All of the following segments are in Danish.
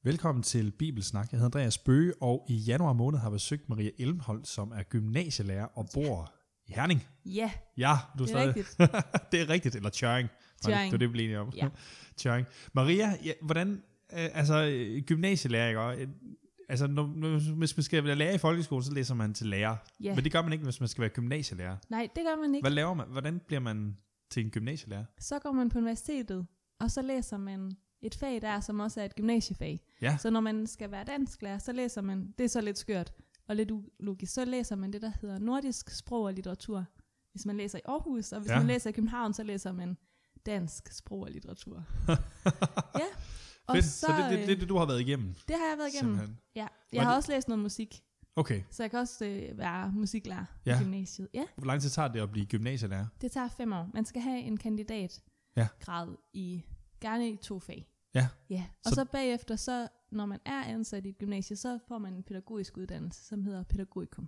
Velkommen til Bibelsnak. Jeg hedder Andreas Bøge, og i januar måned har jeg besøgt Maria Elmholdt, som er gymnasielærer og bor i Herning. Ja, Ja, du det er stadig. rigtigt. Det er rigtigt, eller Tjøring. Tjøring. Det var det, vi blev enige om. Ja. Tjøring. Maria, ja, hvordan, gymnasielærer, ikke? Altså, hvis man skal være lærer i folkeskolen, så læser man til lærer. Ja. Men det gør man ikke, hvis man skal være gymnasielærer. Nej, det gør man ikke. Hvad laver man? Hvordan bliver man til en gymnasielærer? Så går man på universitetet, og så læser man et fag der, som også er et gymnasiefag. Ja. Så når man skal være dansklærer, så læser man, det er så lidt skørt og lidt ulogisk, så læser man det, der hedder nordisk sprog og litteratur. Hvis man læser i Aarhus, og hvis man læser i København, så læser man dansk sprog og litteratur. Ja. Og Fedt. Så det er det, du har været igennem? Det har jeg været igennem. Simpelthen. Ja. Jeg har også læst noget musik. Okay. Så jeg kan også være musiklærer i gymnasiet. Ja. Hvor lang tid tager det at blive gymnasielærer? Det tager 5 år. Man skal have en kandidatgrad i gerne i 2 fag. Ja. Ja. Og så bagefter, så når man er ansat i et gymnasie, så får man en pædagogisk uddannelse, som hedder pædagogikum.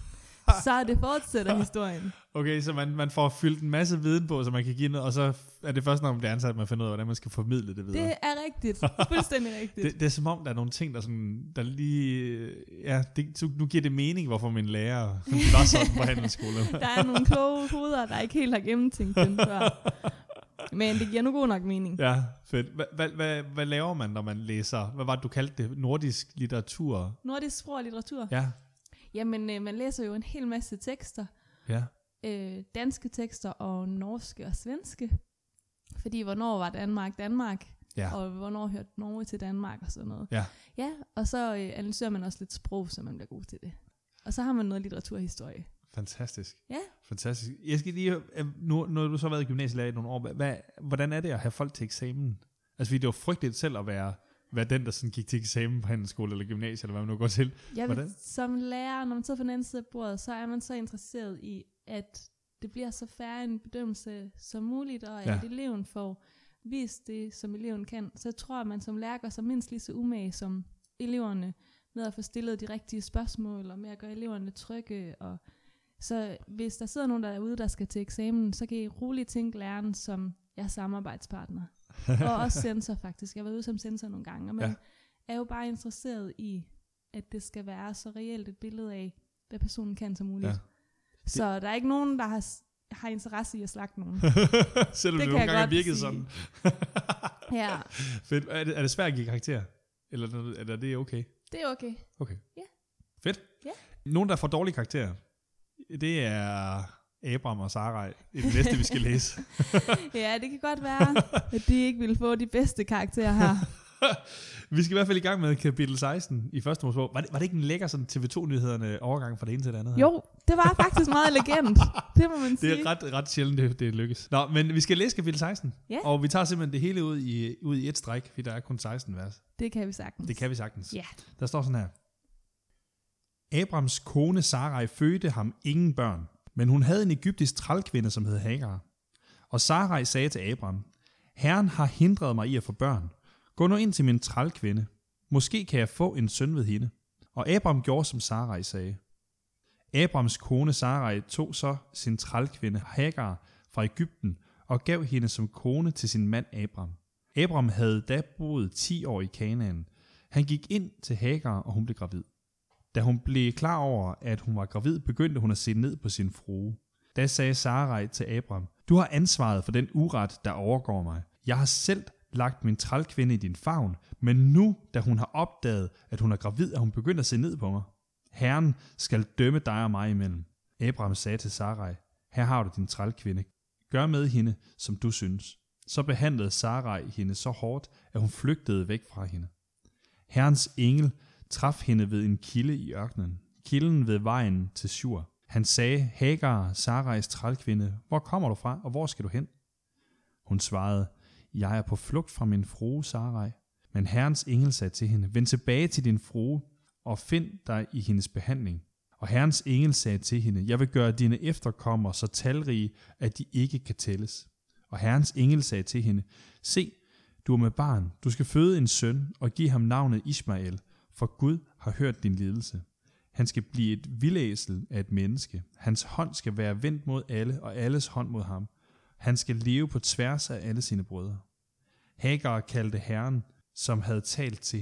Så det fortsætter historien. Okay, så man får fyldt en masse viden på, så man kan give noget, og så er det først, når man bliver ansat, at man finder ud af, hvordan man skal formidle det videre. Det er rigtigt. Fuldstændig rigtigt. Det er som om, der er nogle ting, der lige... Ja, nu giver det mening, hvorfor min lærer var sådan på handelsskolen. Der er nogle kloge hoveder, der ikke helt har gennemtænkt den før. Men det giver nu god nok mening. Ja, fedt. Hvad laver man, når man læser... Hvad var det, du kaldte det? Nordisk litteratur? Nordisk sprog og litteratur? Ja. Jamen, man læser jo en hel masse tekster. Ja. Danske tekster og norske og svenske. Fordi hvornår var Danmark? Ja. Og hvornår hørte Norge til Danmark og sådan noget. Ja. Ja, og så analyserer man også lidt sprog, så man bliver god til det. Og så har man noget litteraturhistorie. Fantastisk. Ja. Fantastisk. Jeg skal lige... Nu har du så været i gymnasielærer i nogle år. Hvordan er det at have folk til eksamen? Altså, fordi det var frygteligt selv at være den, der sådan gik til eksamen på handelsskole eller gymnasie, eller hvad man nu går til. Som lærer, når man sidder på den anden side af bordet, så er man så interesseret i, at det bliver så fair en bedømmelse som muligt, og at eleven får vist det, som eleven kan. Så jeg tror, at man som lærer gør sig mindst lige så umage som eleverne, med at få stillet de rigtige spørgsmål, og med at gøre eleverne trygge. Og så hvis der sidder nogen derude, der skal til eksamen, så kan I roligt tænke læreren som jeres samarbejdspartner. Og også censor faktisk. Jeg har været ude som censor nogle gange, og man er jo bare interesseret i, at det skal være så reelt et billede af, hvad personen kan som muligt. Ja. Så der er ikke nogen, der har interesse i at slagte nogen. Selvom det nogle gange har virket sådan. Ja. Fedt. Er det svært at give karakter? Eller er det okay? Det er okay. Okay. Ja. Fedt. Ja. Nogen, der får dårlige karakterer, det er Abraham og Sarai i det næste, vi skal læse. Ja, det kan godt være, at de ikke vil få de bedste karakterer her. Vi skal i hvert fald i gang med kapitel 16 i første Mosebog. Var det ikke en lækker sådan TV2-nyhederne overgang fra det ene til det andet her? Jo, det var faktisk meget elegant. Det må man sige. Det er ret sjældent, det lykkes. Nå, men vi skal læse kapitel 16. Ja. Og vi tager simpelthen det hele ud i et stræk, fordi der er kun 16 vers. Det kan vi sagtens. Ja. Der står sådan her. Abrams kone Sarai fødte ham ingen børn, men hun havde en egyptisk trælkvinde, som hed Hagar. Og Sarai sagde til Abram, Herren har hindret mig i at få børn. Gå nu ind til min trælkvinde. Måske kan jeg få en søn ved hende. Og Abram gjorde, som Sarai sagde. Abrams kone Sarai tog så sin trælkvinde Hagar fra Egypten og gav hende som kone til sin mand Abram. Abram havde da boet 10 år i Kanaan. Han gik ind til Hagar, og hun blev gravid. Da hun blev klar over, at hun var gravid, begyndte hun at se ned på sin frue. Da sagde Sarai til Abram, du har ansvaret for den uret, der overgår mig. Jeg har selv lagt min trælkvinde i din favn, men nu, da hun har opdaget, at hun er gravid, er hun begyndt at se ned på mig. Herren skal dømme dig og mig imellem. Abram sagde til Sarai, her har du din trælkvinde. Gør med hende, som du synes. Så behandlede Sarai hende så hårdt, at hun flygtede væk fra hende. Herrens engel traf hende ved en kilde i ørkenen, kilden ved vejen til Shur. Han sagde, Hagar, Sarais trælkvinde, hvor kommer du fra, og hvor skal du hen? Hun svarede, jeg er på flugt fra min frue Sarai. Men Herrens engel sagde til hende, vend tilbage til din frue, og find dig i hendes behandling. Og Herrens engel sagde til hende, jeg vil gøre dine efterkommere så talrige, at de ikke kan tælles. Og Herrens engel sagde til hende, se, du er med barn, du skal føde en søn, og give ham navnet Ismael, for Gud har hørt din lidelse. Han skal blive et vildæsel af et menneske. Hans hånd skal være vendt mod alle, og alles hånd mod ham. Han skal leve på tværs af alle sine brødre. Hagar kaldte Herren, som havde talt til hende,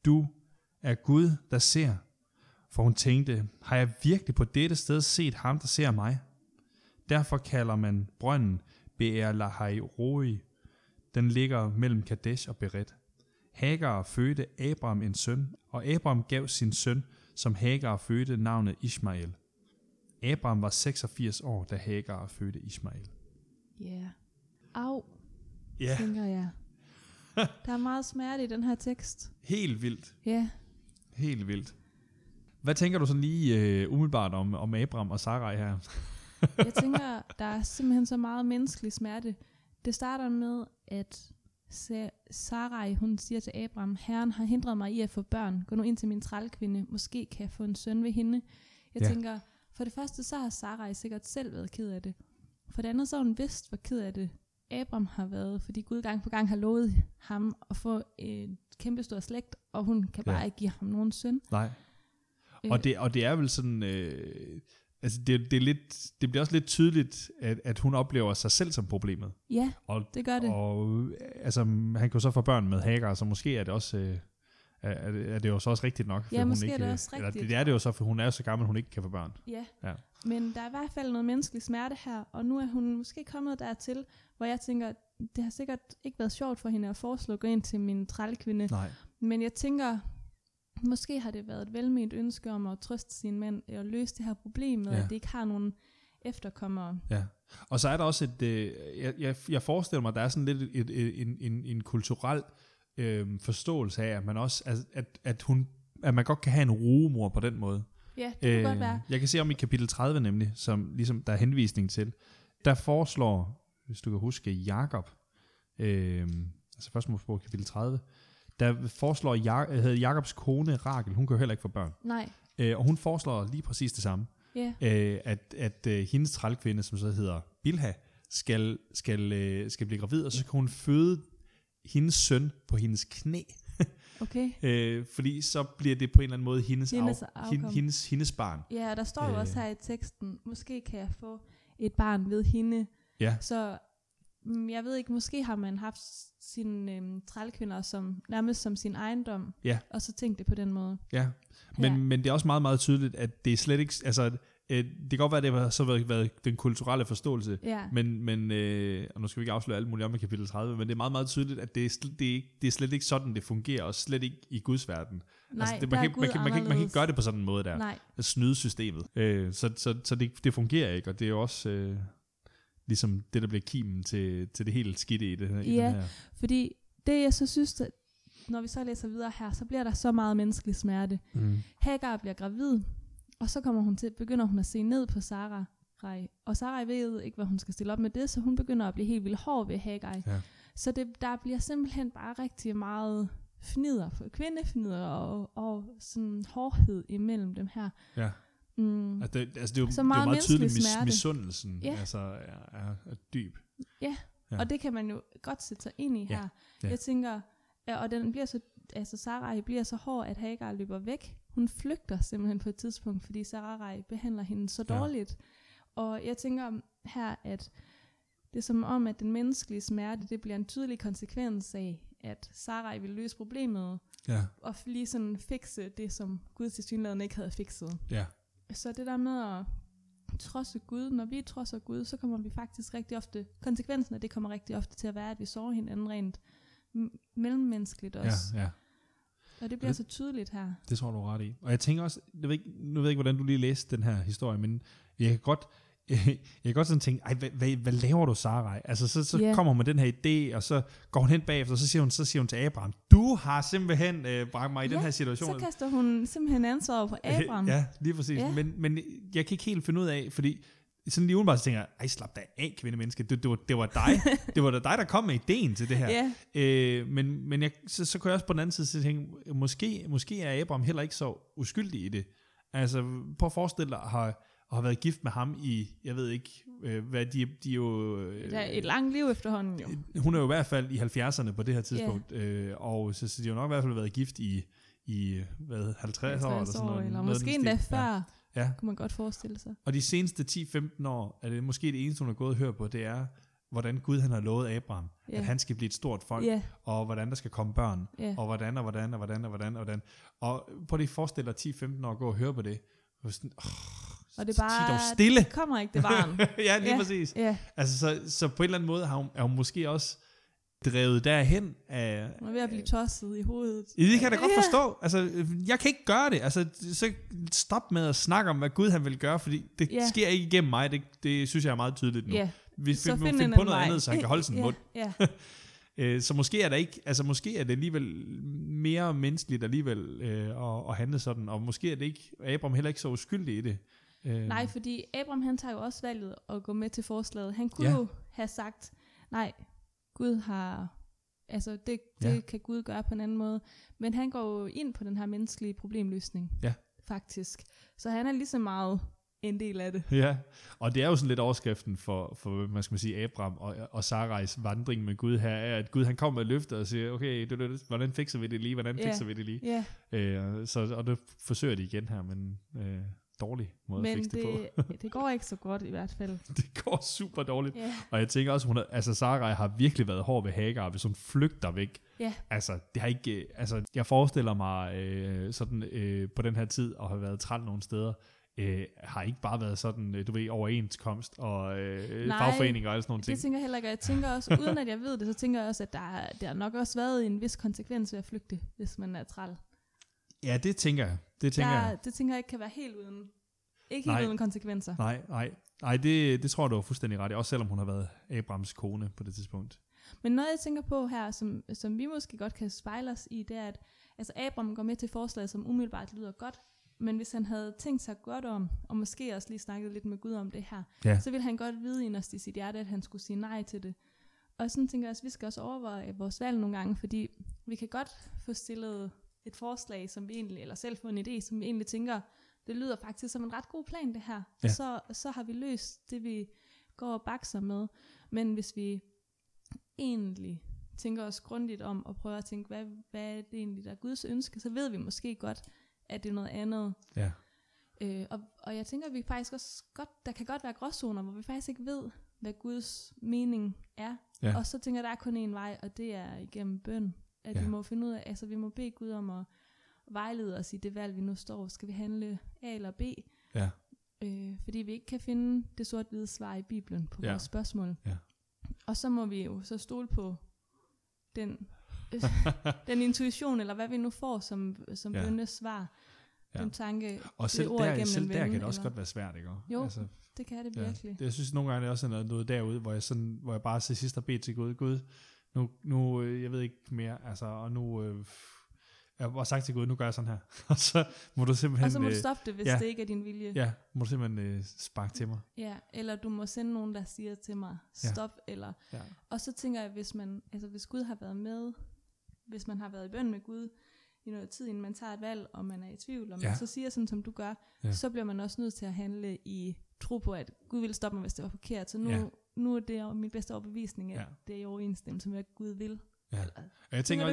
du er Gud, der ser. For hun tænkte, har jeg virkelig på dette sted set ham, der ser mig? Derfor kalder man brønden Be'er Lahai Roi. Den ligger mellem Kadesh og Beret. Hagar fødte Abram en søn, og Abram gav sin søn, som Hagar fødte, navnet Ishmael. Abram var 86 år, da Hagar fødte Ishmael. Ja. Au, tænker jeg. Der er meget smerte i den her tekst. Helt vildt. Ja. Helt vildt. Hvad tænker du så lige umiddelbart om Abram og Sarai her? Jeg tænker, der er simpelthen så meget menneskelig smerte. Det starter med, at Sarai, hun siger til Abram, Herren har hindret mig i at få børn. Gå nu ind til min trælkvinde. Måske kan jeg få en søn ved hende. Jeg tænker, for det første, så har Sarai sikkert selv været ked af det. For det andet, så har hun vidst, hvor ked af det Abram har været, fordi Gud gang på gang har lovet ham at få en kæmpestor slægt, og hun kan bare ikke give ham nogen søn. Nej. Og det er vel sådan, altså det er lidt, det bliver også lidt tydeligt, at hun oplever sig selv som problemet. Ja, det gør det. Og altså, han kan så få børn med Hagar, så måske er det også, er det jo så også rigtigt nok. Ja, måske er det også rigtigt. Det er det jo så, for hun er så gammel, hun ikke kan få børn. Ja, men der er i hvert fald noget menneskelig smerte her, og nu er hun måske kommet dertil, hvor jeg tænker, det har sikkert ikke været sjovt for hende at foreslå at gå ind til min trælkvinde. Nej. Men jeg tænker, måske har det været et velment ønske om at trøste sin mand og løse det her problem med, at det ikke har nogen efterkommere. Ja. Og så er der også jeg forestiller mig, at der er sådan lidt en kulturel forståelse af, at man også, at man godt kan have en rugemor på den måde. Ja, det kan godt være. Jeg kan se om i kapitel 30 nemlig, som ligesom der er henvisning til, der foreslår, hvis du kan huske, Jakob, altså først Mosebog kapitel 30, der foreslår Jakobs kone Rachel, hun kan jo heller ikke få børn. Nej. Og hun foreslår lige præcis det samme. Yeah. At hendes trælkvinde, som så hedder Bilha, skal blive gravid, og så kan hun føde hendes søn på hendes knæ. Okay. Fordi så bliver det på en eller anden måde hendes barn. Ja, der står jo også her i teksten, måske kan jeg få et barn ved hende. Ja. Så jeg ved ikke, måske har man haft sine trælkvinder som nærmest som sin ejendom, og så tænkt det på den måde. Ja, men det er også meget, meget tydeligt, at det er slet ikke, altså det kan godt være, at det har så været den kulturelle forståelse, men og nu skal vi ikke afsløre alt muligt om i kapitel 30, men det er meget, meget tydeligt, at det er slet ikke sådan, det fungerer, og slet ikke i Guds verden. Nej, altså, man kan ikke gøre det på sådan en måde der. Nej. At snyde systemet. Så det fungerer ikke, og det er jo også ligesom det, der bliver kimen til det helt skidte i det her. Ja, fordi det jeg så synes, at når vi så læser videre her, så bliver der så meget menneskelig smerte. Hagar bliver gravid, og så begynder hun at se ned på Sarai. Og Sarai ved ikke, hvad hun skal stille op med det, så hun begynder at blive helt vildt hård ved Hagar. Ja. Så der bliver simpelthen bare rigtig meget kvindefnider og sådan hårdhed imellem dem her. Ja. Altså det er jo meget tydeligt, misundelsen er dyb. Ja, og det kan man jo godt sætte sig ind i her. Ja. Jeg tænker, og den bliver så, altså Sarai bliver så hård, at Hagar løber væk. Hun flygter simpelthen på et tidspunkt, fordi Sarai behandler hende så dårligt. Og jeg tænker her, at det er som om, at den menneskelige smerte, det bliver en tydelig konsekvens af, at Sarai vil løse problemet, og lige sådan fikse det, som Gud tilsyneladende ikke havde fikset. Ja. Så det der med at trodse Gud, når vi trodser Gud, så kommer vi faktisk rigtig ofte, konsekvensen af det kommer rigtig ofte til at være, at vi sårer hinanden rent mellemmenneskeligt også. Ja. Og det bliver så tydeligt her. Det tror du ret i. Og jeg tænker også, nu ved jeg ikke, hvordan du lige læste den her historie, men jeg kan godt sådan tænke, hvad laver du, Sarai? Altså, så kommer hun med den her idé, og så går hun hen bagefter, og så siger hun til Abraham, du har simpelthen bragt mig i den her situation. Så kaster hun simpelthen ansvaret på Abraham. Ja, lige præcis. Ja. Men jeg kan ikke helt finde ud af, fordi sådan lige udenbart tænker jeg, slap da af, kvindemenneske. Det var dig. Det var da dig, der kom med ideen til det her. Yeah. Men så kunne jeg også på den anden side tænke, måske er Abraham heller ikke så uskyldig i det. Altså, prøv at forestille dig, har været gift med ham i, jeg ved ikke, hvad de jo... Det er et langt liv efterhånden jo. Hun er jo i hvert fald i 70'erne på det her tidspunkt, og så de har jo nok i hvert fald været gift i 50 år eller sådan noget. Eller måske endda før, kunne man godt forestille sig. Og de seneste 10-15 år, er det måske det eneste, hun har gået og hørt på, det er, hvordan Gud han har lovet Abraham, at han skal blive et stort folk, og hvordan der skal komme børn, og hvordan. Og prøv lige at forestille dig 10-15 år at gå og høre på det. Og det er bare, stille. Det kommer ikke, det barn. Ja, lige præcis. Altså, så på en eller anden måde er hun måske også drevet derhen af... Hun er ved at blive tosset i hovedet. Det kan jeg da godt forstå. Altså, jeg kan ikke gøre det. Altså, så stop med at snakke om, hvad Gud han vil gøre, fordi det sker ikke igennem mig. Det synes jeg er meget tydeligt nu. Vi må finde på noget andet, så han kan holde sin mund. Så måske er der ikke, altså måske er det alligevel mere menneskeligt alligevel at handle sådan, og måske er det ikke, Abraham heller ikke så uskyldig i det. Nej, fordi Abraham han tager jo også valget at gå med til forslaget. Han kunne jo have sagt, nej, Gud har, altså det kan Gud gøre på en anden måde, men han går jo ind på den her menneskelige problemløsning, faktisk. Så han er lige så meget en del af det. Ja, og det er jo sådan lidt overskriften for hvad skal man sige, Abraham og Sarais vandring med Gud her, er, at Gud han kommer med løfter og siger, okay, hvordan fikser vi det lige, og det forsøger de igen her, men dårlig måde at fikse det på. Men det går ikke så godt i hvert fald. Det går super dårligt. Og jeg tænker også, Sarai har virkelig været hård ved Hagar, hvis hun flygter væk. Altså, det har ikke, altså, jeg forestiller mig på den her tid, at have været træt nogle steder, har ikke bare været sådan, du ved, overenskomst og fagforeninger og alle sådan nogle ting. Det tænker jeg heller ikke, og jeg tænker også, uden at jeg ved det, så tænker jeg også, at der har nok også været en vis konsekvens ved at flygte, hvis man er træl. Ja, det tænker jeg. Det tænker jeg ikke kan være helt uden. Ikke helt uden konsekvenser. Nej, det tror jeg, du var fuldstændig ret i, også selvom hun har været Abrahams kone på det tidspunkt. Men noget jeg tænker på her, som vi måske godt kan spejle os i, det er, at altså Abraham går med til forslaget, som umiddelbart lyder godt, men hvis han havde tænkt sig godt om, og måske også lige snakket lidt med Gud om det her, så ville han godt vide inderst i sit hjerte, at han skulle sige nej til det. Og sådan tænker jeg også, vi skal også overveje vores valg nogle gange, fordi vi kan godt få stillet et forslag, som vi egentlig, eller selv få en idé, som vi egentlig tænker, det lyder faktisk som en ret god plan det her. Så har vi løst det, vi går og bakser med. Men hvis vi egentlig tænker os grundigt om, og prøver at tænke, hvad er det egentlig, der er Guds ønske, så ved vi måske godt, at det er noget andet. Og jeg tænker, at vi faktisk også godt, der kan godt være gråzoner, hvor vi faktisk ikke ved, hvad Guds mening er. Og så tænker jeg, der er kun én vej, og det er igennem bøn. At vi må finde ud af, altså vi må bede Gud om at vejlede os i det valg, vi nu står. Skal vi handle A eller B? Fordi vi ikke kan finde det sort-hvide svar i Bibelen på vores spørgsmål. Og så må vi jo så stole på den intuition, eller hvad vi nu får som bønnes svar. Den tanke, og selv der kan det også godt være svært, ikke? Jo, altså, det kan det virkelig. Jeg synes nogle gange, det er også noget derude, hvor jeg bare til sidst har bedt til Gud, nu jeg ved ikke mere, altså, og nu jeg har sagt til Gud, nu gør jeg sådan her. Og så må du simpelthen... Og så må du stoppe det, hvis det ikke er din vilje. Ja, må du simpelthen sparke til mig. Ja, eller du må sende nogen, der siger til mig, stop, eller... Og så tænker jeg, hvis Gud har været med, hvis man har været i bøn med Gud i noget tid, inden man tager et valg, og man er i tvivl, og man så siger sådan, som du gør, så bliver man også nødt til at handle i tro på, at Gud ville stoppe mig, hvis det var forkert. Så nu er det min bedste overbevisning, at det er i overensstemmelse med, hvad Gud vil. Jeg tænker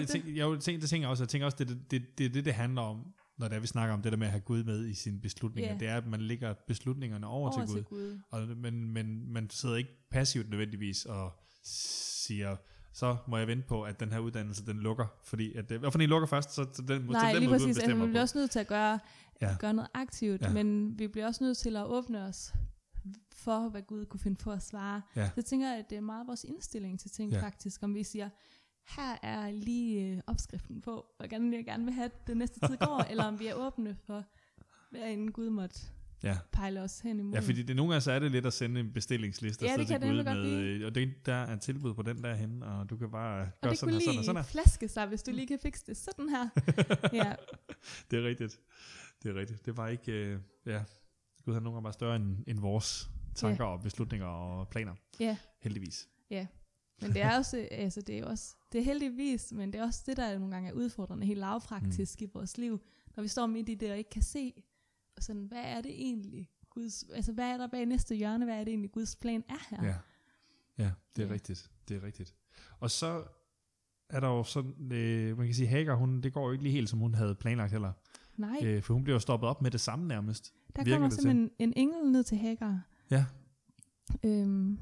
også, det handler om, når vi snakker om det der med at have Gud med i sine beslutninger, det er, at man lægger beslutningerne over til Gud. Men man sidder ikke passivt nødvendigvis og siger, så må jeg vente på, at den her uddannelse, den lukker, fordi hvorfor den lukker først, så den må lige præcis, Gud bestemmer vi bliver også nødt til at gøre noget aktivt, men vi bliver også nødt til at åbne os for, hvad Gud kunne finde på at svare. Så tænker jeg, at det er meget vores indstilling til ting faktisk, om vi siger, her er lige opskriften på, hvordan jeg gerne vil have det næste tid går, eller om vi er åbne for, hvad en Gud måtte pejle os hen imod. Ja, fordi det nogle gange så er det lidt at sende en bestillingsliste til Gud med, og der er tilbud på den der hen, og du kan bare gøre sådan her, sådan og sådan her. Flaske sig, hvis du lige kan fikse det sådan her. Det er rigtigt. Det er bare ikke, Gud har nogle gange bare større end vores tanker og beslutninger og planer. Heldigvis. Men det er også, altså det er heldigvis, men det er også det, der nogle gange er udfordrende, helt lavpraktisk i vores liv, når vi står midt i det og ikke kan se, sådan, hvad er det egentlig hvad er der bag næste hjørne, hvad er det egentlig Guds plan er her? Ja, det er rigtigt. Og så er der jo sådan, man kan sige, Hagar, det går jo ikke lige helt, som hun havde planlagt heller. Nej. For hun bliver jo stoppet op med det samme nærmest. Der kommer simpelthen en engel ned til Hagar. Ja.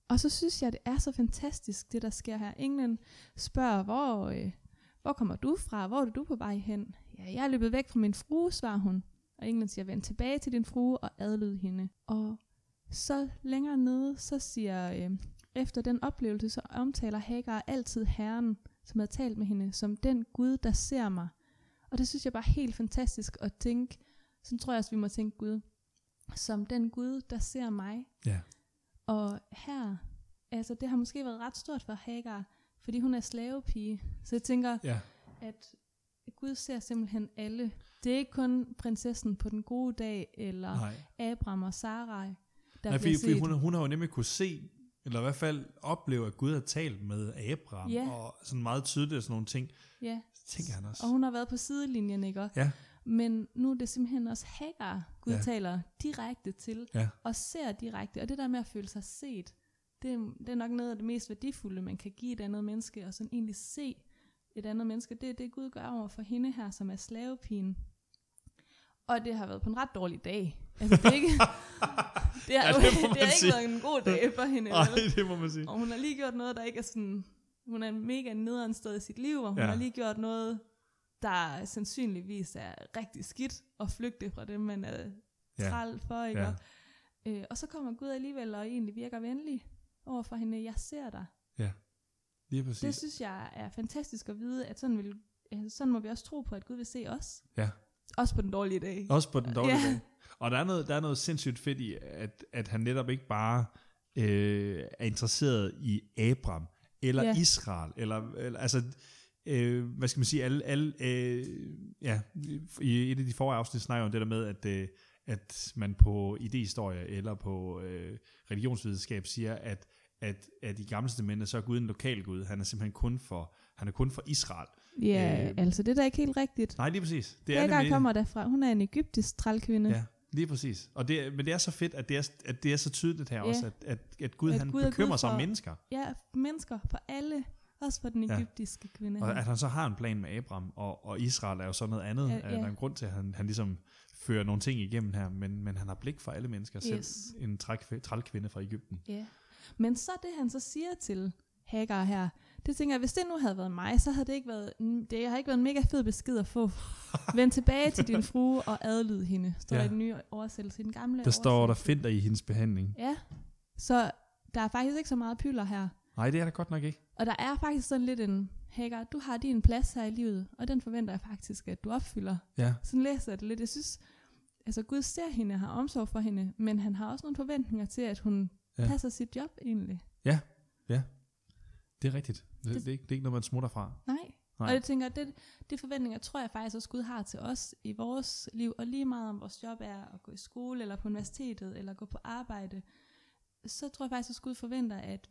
Og så synes jeg, det er så fantastisk, det der sker her. Englen spørger, hvor kommer du fra? Hvor er du på vej hen? Ja, jeg er løbet væk fra min frue, svarer hun. Og englen siger, vend tilbage til din frue og adlyd hende. Og så længere nede, så siger, efter den oplevelse, så omtaler Hagar altid Herren, som havde talt med hende, som den Gud, der ser mig. Og det synes jeg bare er helt fantastisk at tænke. Så tror jeg også, vi må tænke Gud, som den Gud, der ser mig. Ja. Og her, altså det har måske været ret stort for Hagar, fordi hun er slavepige. Så jeg tænker, at Gud ser simpelthen alle. Det er ikke kun prinsessen på den gode dag, eller Abraham og Sarai, der bliver set. Hun har jo nemlig kunne se, eller i hvert fald opleve, at Gud har talt med Abraham, og sådan meget tydeligt og sådan nogle ting. Ja, tænker han også. Og hun har været på sidelinjen, ikke? Ja. Men nu er det simpelthen også Hagar, Gud taler direkte til, og ser direkte. Og det der med at føle sig set, det er nok noget af det mest værdifulde, man kan give et andet menneske, og sådan egentlig se et andet menneske. Det er det, Gud gør over for hende her, som er slavepigen. Og det har været på en ret dårlig dag. Altså, det er ikke, det har ikke været en god dag for hende. Nej, det må man sige. Og hun har lige gjort noget, der ikke er sådan... Hun er mega nederen sted i sit liv, og hun har lige gjort noget, der sandsynligvis er rigtig skidt, og flygte fra det, man er træl for, ikke? Og så kommer Gud alligevel, og egentlig virker venlig over for hende. Jeg ser dig. Ja, lige præcis. Det synes jeg er fantastisk at vide, at sådan må vi også tro på, at Gud vil se os. Ja. Også på den dårlige dag. Også på den dårlige dag. Og der er noget sindssygt fedt i, at han netop ikke bare er interesseret i Abraham, eller Israel, eller altså, hvad skal man sige, i et af de forrige afsnit snakker om det der med, at man på idehistorie eller på religionsvidenskab siger, at i Gamle Testamentet, så er Gud en lokal Gud. Han er simpelthen kun for Israel. Ja, altså det er da ikke helt rigtigt. Nej, lige præcis. Hagar kommer derfra. Hun er en egyptisk trælkvinde. Ja, lige præcis. Men det er så fedt, at det er så tydeligt her også, at Gud, han bekymrer sig om mennesker. Ja, mennesker for alle. Også for den egyptiske kvinde. Og at han så har en plan med Abraham, og Israel er jo så noget andet. Der er en grund til, at han ligesom fører nogle ting igennem her, men han har blik for alle mennesker, selv en trælkvinde fra Egypten. Ja. Men så det, han så siger til Hagar her, det tænker jeg, hvis det nu havde været mig, så havde det ikke været, det har ikke været en mega fed besked at få. Vend tilbage til din frue og adlyd hende, står i den nye oversættelse. I den gamle der står, der finder i hendes behandling. Ja, så der er faktisk ikke så meget pylder her. Nej, det er der godt nok ikke. Og der er faktisk sådan lidt en, Hagar, du har din plads her i livet, og den forventer jeg faktisk, at du opfylder. Ja. Sådan læser jeg det lidt. Jeg synes, altså Gud ser hende og har omsorg for hende, men han har også nogle forventninger til, at hun passer sit job egentlig. Ja. Det er rigtigt. Det er ikke noget, man smutter fra. Nej. Og jeg tænker, det forventninger tror jeg faktisk også Gud har til os i vores liv, og lige meget om vores job er at gå i skole, eller på universitetet, eller gå på arbejde, så tror jeg faktisk også Gud forventer, at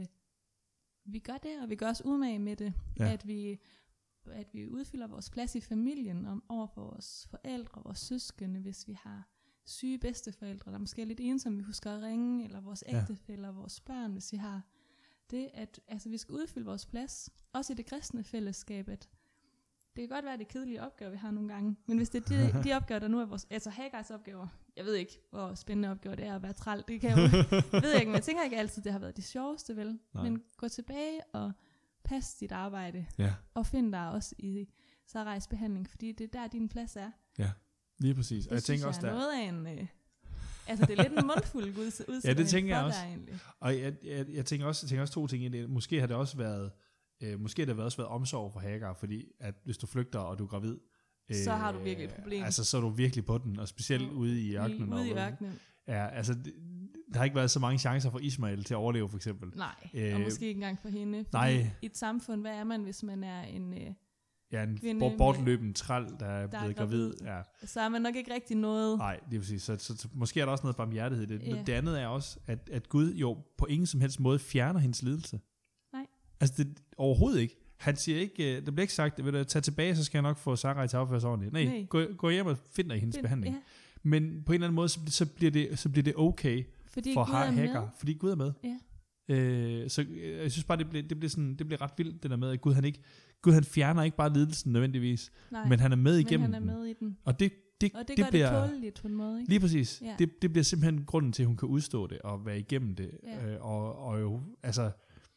vi gør det, og vi gør os umage med det, at vi udfylder vores plads i familien, over for vores forældre, vores søskende, hvis vi har syge bedsteforældre, der måske er lidt ensomme, vi husker at ringe, eller vores ægtefæller, vores børn, hvis vi har det, at altså, vi skal udfylde vores plads, også i det kristne fællesskab, at det kan godt være, det kedelige opgaver, vi har nogle gange, men hvis det er de opgaver, der nu er vores, altså Hagars opgaver, jeg ved ikke, hvor spændende opgaver det er at være træl, det kan jeg jo, ved jeg ikke, men jeg tænker ikke altid, det har været det sjoveste, vel? Nej. Men gå tilbage og pas dit arbejde, og find dig også i Sarais behandling, fordi det er der, din plads er. Ja, lige præcis. Og jeg tænker også, der noget af en... altså det er lidt en mundfuld udstilling. Ja, det tænker jeg også. Og jeg tænker også to ting i det. Måske har det også været omsorg for Hagar, fordi at hvis du flygter og du er gravid, så har du virkelig et problem. Altså så er du virkelig på den, og specielt ude i ørkenen. Ude i ørkenen. Ja, altså der har ikke været så mange chancer for Ismael til at overleve for eksempel. Nej, og måske ikke engang for hende. Nej. I et samfund, hvad er man, hvis man er en en bortløbende træl, der er blevet gravid. Ja. Så er man nok ikke rigtig noget. Nej, det er præcis. Så måske er der også noget barmhjertighed i det. Yeah. Det andet er også, at Gud jo på ingen som helst måde fjerner hendes lidelse. Nej. Altså det overhovedet ikke. Han siger ikke, der bliver ikke sagt, vil du tage tilbage, så skal jeg nok få Sarai til at opføre sig ordentligt. Nej. Gå hjem og find dig i hendes behandling. Ja. Men på en eller anden måde, så bliver det okay fordi for Gud Hagar, fordi Gud er med. Ja. Så jeg synes bare, det bliver ret vildt, det der med, at Gud han fjerner ikke bare lidelsen nødvendigvis, men han er med igennem den. Og det det gør det tåleligt på en måde, ikke? Lige præcis. Ja. Det bliver simpelthen grunden til, at hun kan udstå det og være igennem det. Ja. Og jo, altså,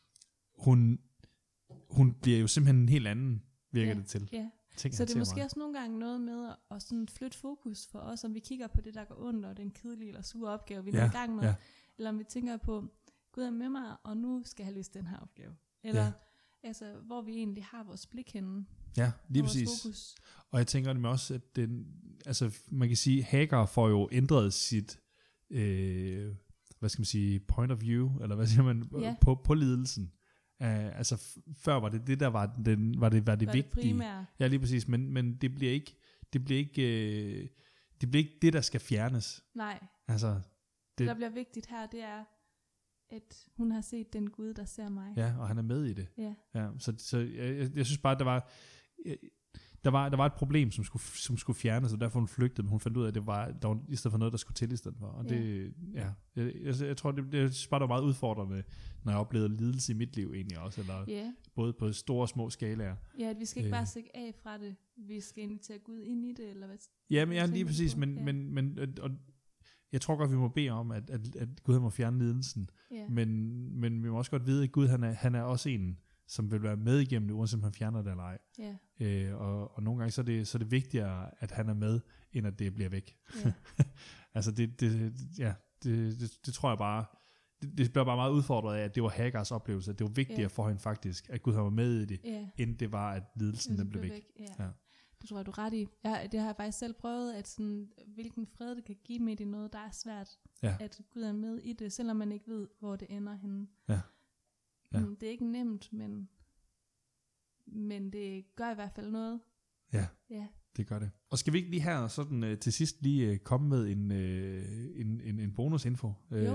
hun bliver jo simpelthen en helt anden, virker det til. Ja. Så det er måske også nogle gange noget med at sådan flytte fokus for os, om vi kigger på det, der går ondt, og den kedelige eller sure opgave, vi er i gang med, eller om vi tænker på, Gud er med mig, og nu skal jeg have løst den her opgave. Eller altså, hvor vi egentlig har vores blik henne. Ja, lige præcis. Fokus. Og jeg tænker det også, at altså man kan sige, Hagar får jo ændret sit, hvad skal man sige, point of view, eller hvad siger man, på lidelsen. Altså før var det der var det vigtige. Primære. Ja, lige præcis, men det bliver ikke det der skal fjernes. Nej. Altså det der bliver vigtigt her, det er at hun har set den Gud, der ser mig. Ja, og han er med i det. Ja. Så jeg synes bare, at der var et problem, som skulle fjernes, og derfor hun flygtede, men hun fandt ud af, at der var i stedet for noget, der skulle til i stedet for. Og det, jeg tror, det bare var meget udfordrende, når jeg oplevede lidelse i mit liv egentlig også, eller både på store og små skalaer. Ja, at vi skal ikke bare stikke af fra det, vi skal invitere Gud ind i det, eller hvad? Ja, men lige præcis, men jeg tror godt, vi må bede om, at Gud må fjerne lidelsen, men vi må også godt vide, at Gud han er også en, som vil være med igennem det, uanset om han fjerner det eller ej. Og nogle gange så er det vigtigere, at han er med, end at det bliver væk. Altså det tror jeg bare, det bliver bare meget udfordret af, at det var Hagars oplevelse, at det var vigtigere for hende faktisk, at Gud var med i det, end det var, at lidelsen den blev væk. Ja. Det tror jeg, du er ret i. Det har jeg faktisk selv prøvet, at sådan, hvilken fred det kan give midt i noget, der er svært, at Gud er med i det, selvom man ikke ved, hvor det ender henne. Ja. Det er ikke nemt, men det gør i hvert fald noget. Ja, det gør det. Og skal vi ikke lige her sådan til sidst lige komme med en bonusinfo?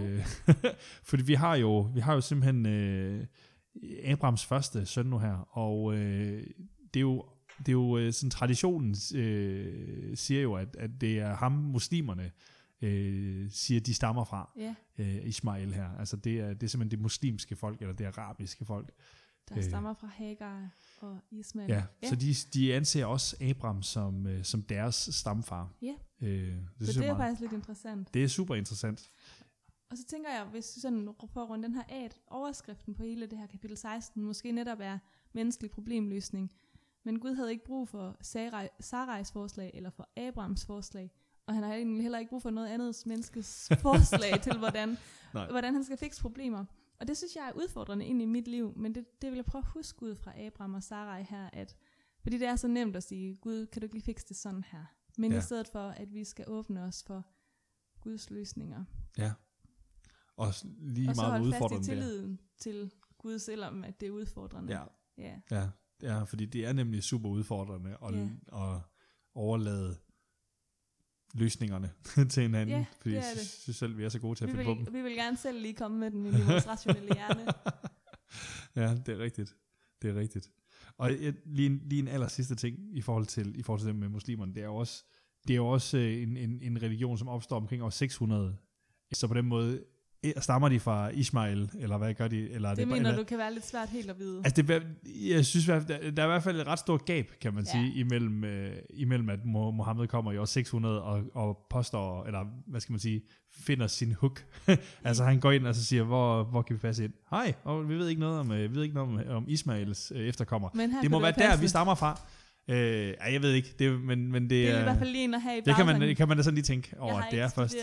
Fordi vi har jo simpelthen Abrahams første søn nu her, og det er jo sådan traditionen siger jo, at det er ham muslimerne siger, de stammer fra, Ismail her. Altså det er simpelthen det muslimske folk, eller det arabiske folk. Der stammer fra Hagar og Ismail. Ja, så de anser også Abraham som deres stamfar. Ja, så det er faktisk lidt interessant. Det er super interessant. Og så tænker jeg, hvis du sådan får rundt den her overskriften på hele det her kapitel 16, måske netop er menneskelig problemløsning. Men Gud havde ikke brug for Sarais forslag, eller for Abrahams forslag, og han har egentlig heller ikke brug for noget andet menneskes forslag til, hvordan han skal fikse problemer. Og det synes jeg er udfordrende ind i mit liv, men det vil jeg prøve at huske ud fra Abraham og Sarai her, fordi det er så nemt at sige, Gud, kan du ikke lige fikse det sådan her? Men i stedet for, at vi skal åbne os for Guds løsninger. Ja, og lige og meget udfordrende. Og så holde fast i tilliden til Gud, selvom at det er udfordrende. Ja, fordi det er nemlig super udfordrende at overlade løsningerne til hinanden, fordi jeg synes selv, vi er så gode til at finde på dem. Vi vil gerne selv lige komme med den i vores rationelle hjerne. Ja, det er rigtigt. Og lige en aller sidste ting i forhold til det med muslimerne, det er jo også en religion, som opstår omkring år 600. Så på den måde stammer de fra Ismail, eller hvad gør de? Eller det mener du kan være lidt svært helt at vide. Altså jeg synes, der er i hvert fald et ret stort gab, kan man sige, imellem at Mohammed kommer i år 600 og påstår, eller hvad skal man sige, finder sin hook. Altså han går ind og så siger, hvor kan vi passe ind? Hej, og vi ved ikke noget om Ismails efterkommer. Det må være der, vi stammer fra. Jeg ved ikke, men det er i hvert fald lige en at have i baghovedet. Det kan man da sådan lige tænke over, det er først.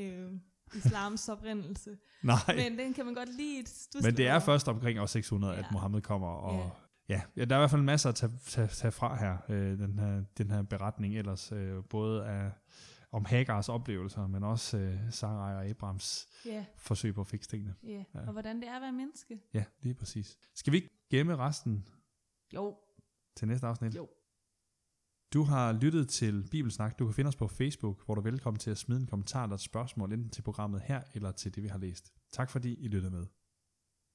Islams oprindelse. Nej. Men den kan man godt lide. Men det er først omkring år 600, at Mohammed kommer, og der er i hvert fald masser at tage fra her, den her beretning ellers, både om Hagars oplevelser, men også Sarai og Abrahams forsøg på at fikse tingene. Ja, og hvordan det er at være menneske. Ja, lige præcis. Skal vi ikke gemme resten? Jo. Til næste afsnit? Jo. Du har lyttet til Bibelsnak. Du kan finde os på Facebook, hvor du er velkommen til at smide en kommentar eller et spørgsmål, enten til programmet her, eller til det, vi har læst. Tak fordi I lyttede med.